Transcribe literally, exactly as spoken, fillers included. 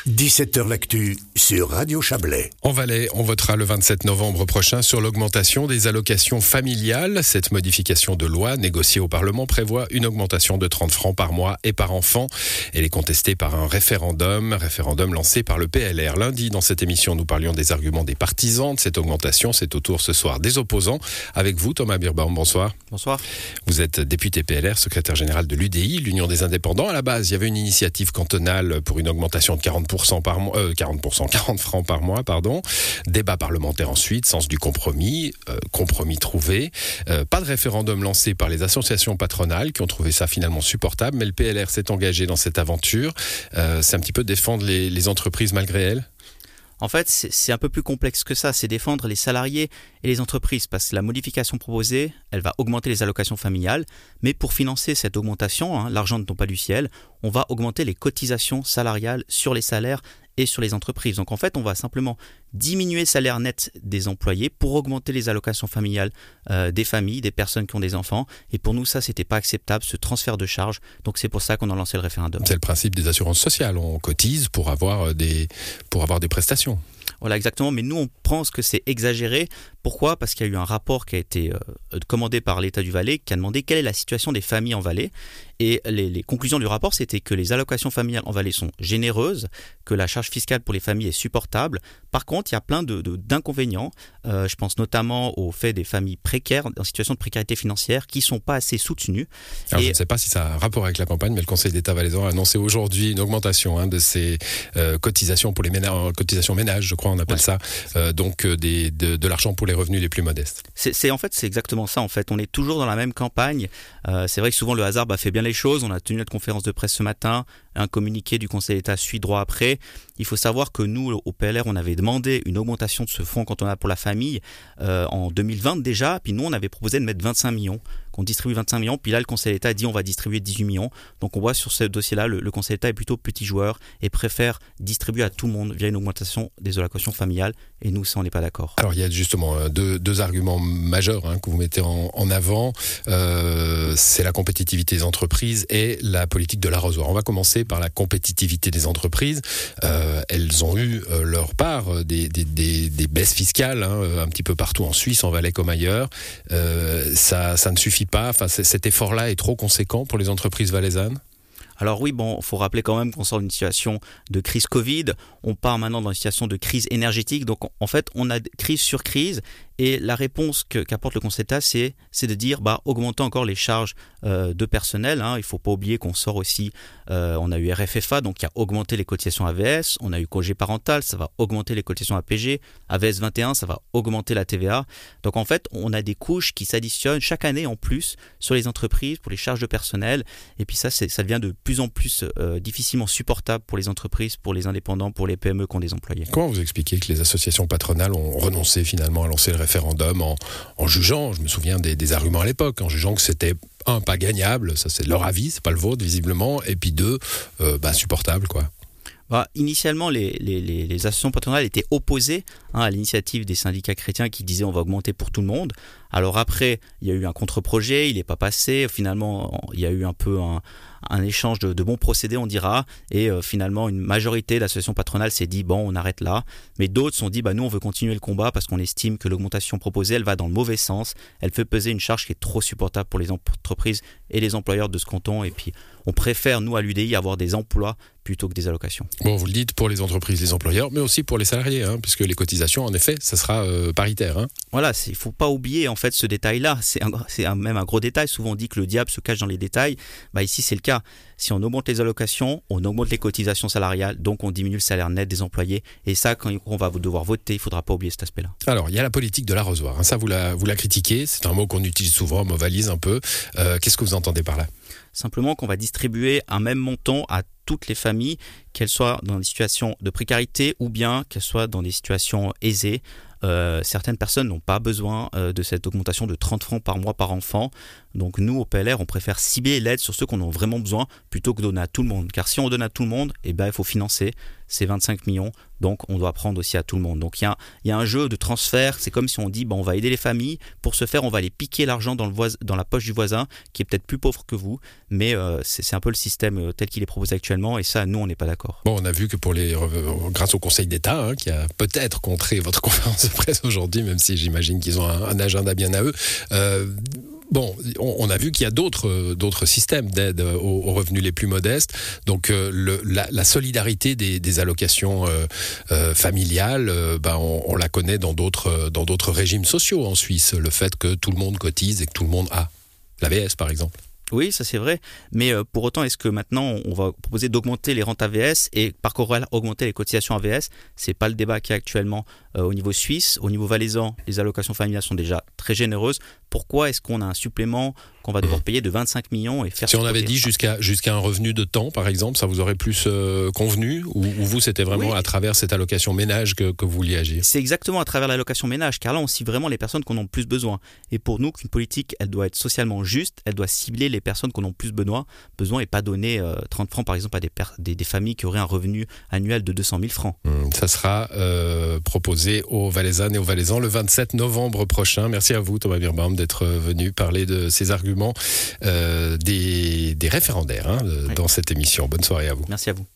dix-sept heures l'actu sur Radio Chablais. En Valais, on votera le vingt-sept novembre prochain sur l'augmentation des allocations familiales. Cette modification de loi négociée au Parlement prévoit une augmentation de trente francs par mois et par enfant. Elle est contestée par un référendum, référendum lancé par le P L R. Lundi, dans cette émission, nous parlions des arguments des partisans de cette augmentation. C'est au tour ce soir des opposants. Avec vous, Thomas Birbaum, bonsoir. Bonsoir. Vous êtes député P L R, secrétaire général de l'U D I, l'Union des indépendants. À la base, il y avait une initiative cantonale pour une augmentation de quarante pour cent par mois, euh, quarante pour cent, quarante francs par mois, pardon. Débat parlementaire ensuite, sens du compromis, euh, compromis trouvé. Euh, pas de référendum lancé par les associations patronales qui ont trouvé ça finalement supportable, mais le P L R s'est engagé dans cette aventure. Euh, c'est un petit peu défendre les, les entreprises malgré elles. En fait, c'est, c'est un peu plus complexe que ça. C'est défendre les salariés et les entreprises parce que la modification proposée, elle va augmenter les allocations familiales. Mais pour financer cette augmentation, hein, l'argent ne tombe pas du ciel, on va augmenter les cotisations salariales sur les salaires et sur les entreprises. Donc en fait, on va simplement diminuer le salaire net des employés pour augmenter les allocations familiales euh, des familles, des personnes qui ont des enfants. Et pour nous, ça, c'était pas acceptable, ce transfert de charges. Donc c'est pour ça qu'on a lancé le référendum. C'est le principe des assurances sociales. On cotise pour avoir des, pour avoir des prestations. Voilà, exactement. Mais nous, on pense que c'est exagéré. Pourquoi ? Parce qu'il y a eu un rapport qui a été euh, commandé par l'État du Valais qui a demandé quelle est la situation des familles en Valais. Et les, les conclusions du rapport, c'était que les allocations familiales en Valais sont généreuses, que la charge fiscale pour les familles est supportable. Par contre, il y a plein de, de, d'inconvénients. Euh, je pense notamment au fait des familles précaires, en situation de précarité financière, qui ne sont pas assez soutenues. Alors, Et... je ne sais pas si ça a un rapport avec la campagne, mais le Conseil d'État valaisan a annoncé aujourd'hui une augmentation hein, de ces euh, cotisations pour les ménages, cotisations ménages, je crois, on appelle ouais. ça. Euh, donc, euh, des, de, de l'argent pour les revenus les plus modestes. C'est, c'est, en fait, c'est exactement ça. En fait, on est toujours dans la même campagne. Euh, c'est vrai que souvent, le hasard bah, fait bien les choses. On a tenu notre conférence de presse ce matin. Un communiqué du Conseil d'État suit droit après. Il faut savoir que nous, au P L R, on avait demandé une augmentation de ce fonds cantonal pour la famille euh, en deux mille vingt déjà. Puis nous, on avait proposé de mettre vingt-cinq millions, qu'on distribue vingt-cinq millions. Puis là, le Conseil d'État a dit on va distribuer dix-huit millions. Donc on voit sur ce dossier-là, le, le Conseil d'État est plutôt petit joueur et préfère distribuer à tout le monde via une augmentation des allocations familiales. Et nous, ça, on n'est pas d'accord. Alors il y a justement deux, deux arguments majeurs hein, que vous mettez en, en avant. Euh, c'est la compétitivité des entreprises et la politique de l'arrosoir. On va commencer par la compétitivité des entreprises. Euh, elles ont eu euh, leur part des, des, des, des baisses fiscales hein, un petit peu partout en Suisse, en Valais comme ailleurs. Euh, ça, ça ne suffit pas. Enfin, cet effort-là est trop conséquent pour les entreprises valaisannes. Alors oui, bon, faut rappeler quand même qu'on sort d'une situation de crise Covid. On part maintenant dans une situation de crise énergétique. Donc en fait, on a crise sur crise. Et la réponse que, qu'apporte le Conseil d'État, c'est, c'est de dire bah, augmenter encore les charges euh, de personnel. Hein. Il ne faut pas oublier qu'on sort aussi, euh, on a eu R F F A, donc qui a augmenté les cotisations A V S. On a eu congé parental, ça va augmenter les cotisations A P G. A V S vingt et un, ça va augmenter la T V A. Donc en fait, on a des couches qui s'additionnent chaque année en plus sur les entreprises pour les charges de personnel. Et puis ça, c'est, ça devient de plus en plus euh, difficilement supportable pour les entreprises, pour les indépendants, pour les P M E qui ont des employés. Comment vous expliquez que les associations patronales ont renoncé finalement à lancer le référendum en, en jugeant, je me souviens des, des arguments à l'époque, en jugeant que c'était un, pas gagnable, ça c'est leur avis, c'est pas le vôtre visiblement, et puis deux, euh, bah, supportable quoi. Bah, initialement, les, les, les, les associations patronales étaient opposées hein, à l'initiative des syndicats chrétiens qui disaient on va augmenter pour tout le monde. Alors après, il y a eu un contre-projet, il n'est pas passé. Finalement, il y a eu un peu un, un échange de, de bons procédés, on dira. Et euh, finalement, une majorité d'associations patronales s'est dit bon, on arrête là. Mais d'autres se sont dit bah, nous, on veut continuer le combat parce qu'on estime que l'augmentation proposée, elle va dans le mauvais sens. Elle fait peser une charge qui est trop supportable pour les entreprises et les employeurs de ce canton. Et puis, on préfère, nous, à l'U D I, avoir des emplois plutôt que des allocations. Bon, vous le dites pour les entreprises, les employeurs, mais aussi pour les salariés, hein, puisque les cotisations, en effet, ça sera euh, paritaire. Hein. Voilà, il ne faut pas oublier en fait ce détail-là. C'est, un, c'est un, même un gros détail. Souvent, on dit que le diable se cache dans les détails. Bah, ici, c'est le cas. Si on augmente les allocations, on augmente les cotisations salariales, donc on diminue le salaire net des employés. Et ça, quand on va devoir voter, il ne faudra pas oublier cet aspect-là. Alors, il y a la politique de l'arrosoir. Hein. Ça, vous la, vous la critiquez. C'est un mot qu'on utilise souvent, mot valise un peu. Euh, qu'est-ce que vous entendez par là ? Simplement qu'on va distribuer un même montant à toutes les familles, qu'elles soient dans des situations de précarité ou bien qu'elles soient dans des situations aisées. Euh, certaines personnes n'ont pas besoin euh, de cette augmentation de trente francs par mois par enfant. Donc nous, au P L R, on préfère cibler l'aide sur ceux qui en ont vraiment besoin plutôt que donner à tout le monde. Car si on donne à tout le monde, eh ben, il faut financer ces vingt-cinq millions. Donc on doit prendre aussi à tout le monde. Donc il y a, il y a un jeu de transfert. C'est comme si on dit, ben, on va aider les familles. Pour ce faire, on va aller piquer l'argent dans, le voisin, dans la poche du voisin qui est peut-être plus pauvre que vous. Mais euh, c'est, c'est un peu le système euh, tel qu'il est proposé actuellement. Et ça, nous, on n'est pas d'accord. Bon, on a vu que pour les, grâce au Conseil d'État, hein, qui a peut-être contré votre conférence de presse aujourd'hui, même si j'imagine qu'ils ont un, un agenda bien à eux, euh, bon, on, on a vu qu'il y a d'autres, d'autres systèmes d'aide aux, aux revenus les plus modestes. Donc, euh, le, la, la solidarité des, des allocations euh, euh, familiales, euh, ben, on, on la connaît dans d'autres, dans d'autres régimes sociaux en Suisse. Le fait que tout le monde cotise et que tout le monde a l'A V S, par exemple. Oui, ça c'est vrai, mais euh, pour autant, est-ce que maintenant on va proposer d'augmenter les rentes A V S et par corollaire augmenter les cotisations A V S? C'est pas le débat qu'il y a actuellement euh, au niveau suisse. Au niveau valaisan, les allocations familiales sont déjà très généreuses. Pourquoi est-ce qu'on a un supplément qu'on va devoir payer de vingt-cinq millions et faire... Si on avait dit jusqu'à, jusqu'à un revenu de temps, par exemple, ça vous aurait plus euh, convenu ou, ou vous, c'était vraiment oui. à travers cette allocation ménage que, que vous vouliez agir? C'est exactement à travers l'allocation ménage, car là, on cible vraiment les personnes qui en ont plus besoin. Et pour nous, qu'une politique, elle doit être socialement juste, elle doit cibler les personnes qui en ont plus besoin, besoin et pas donner euh, trente francs, par exemple, à des, per- des, des familles qui auraient un revenu annuel de deux cent mille francs. Mmh, ça sera euh, proposé aux Valaisannes et aux Valaisans le vingt-sept novembre prochain. Merci à vous, Thomas Birnbaum, d'être venu parler de ces arguments euh, des, des référendaires hein, oui. dans cette émission. Bonne soirée à vous. Merci à vous.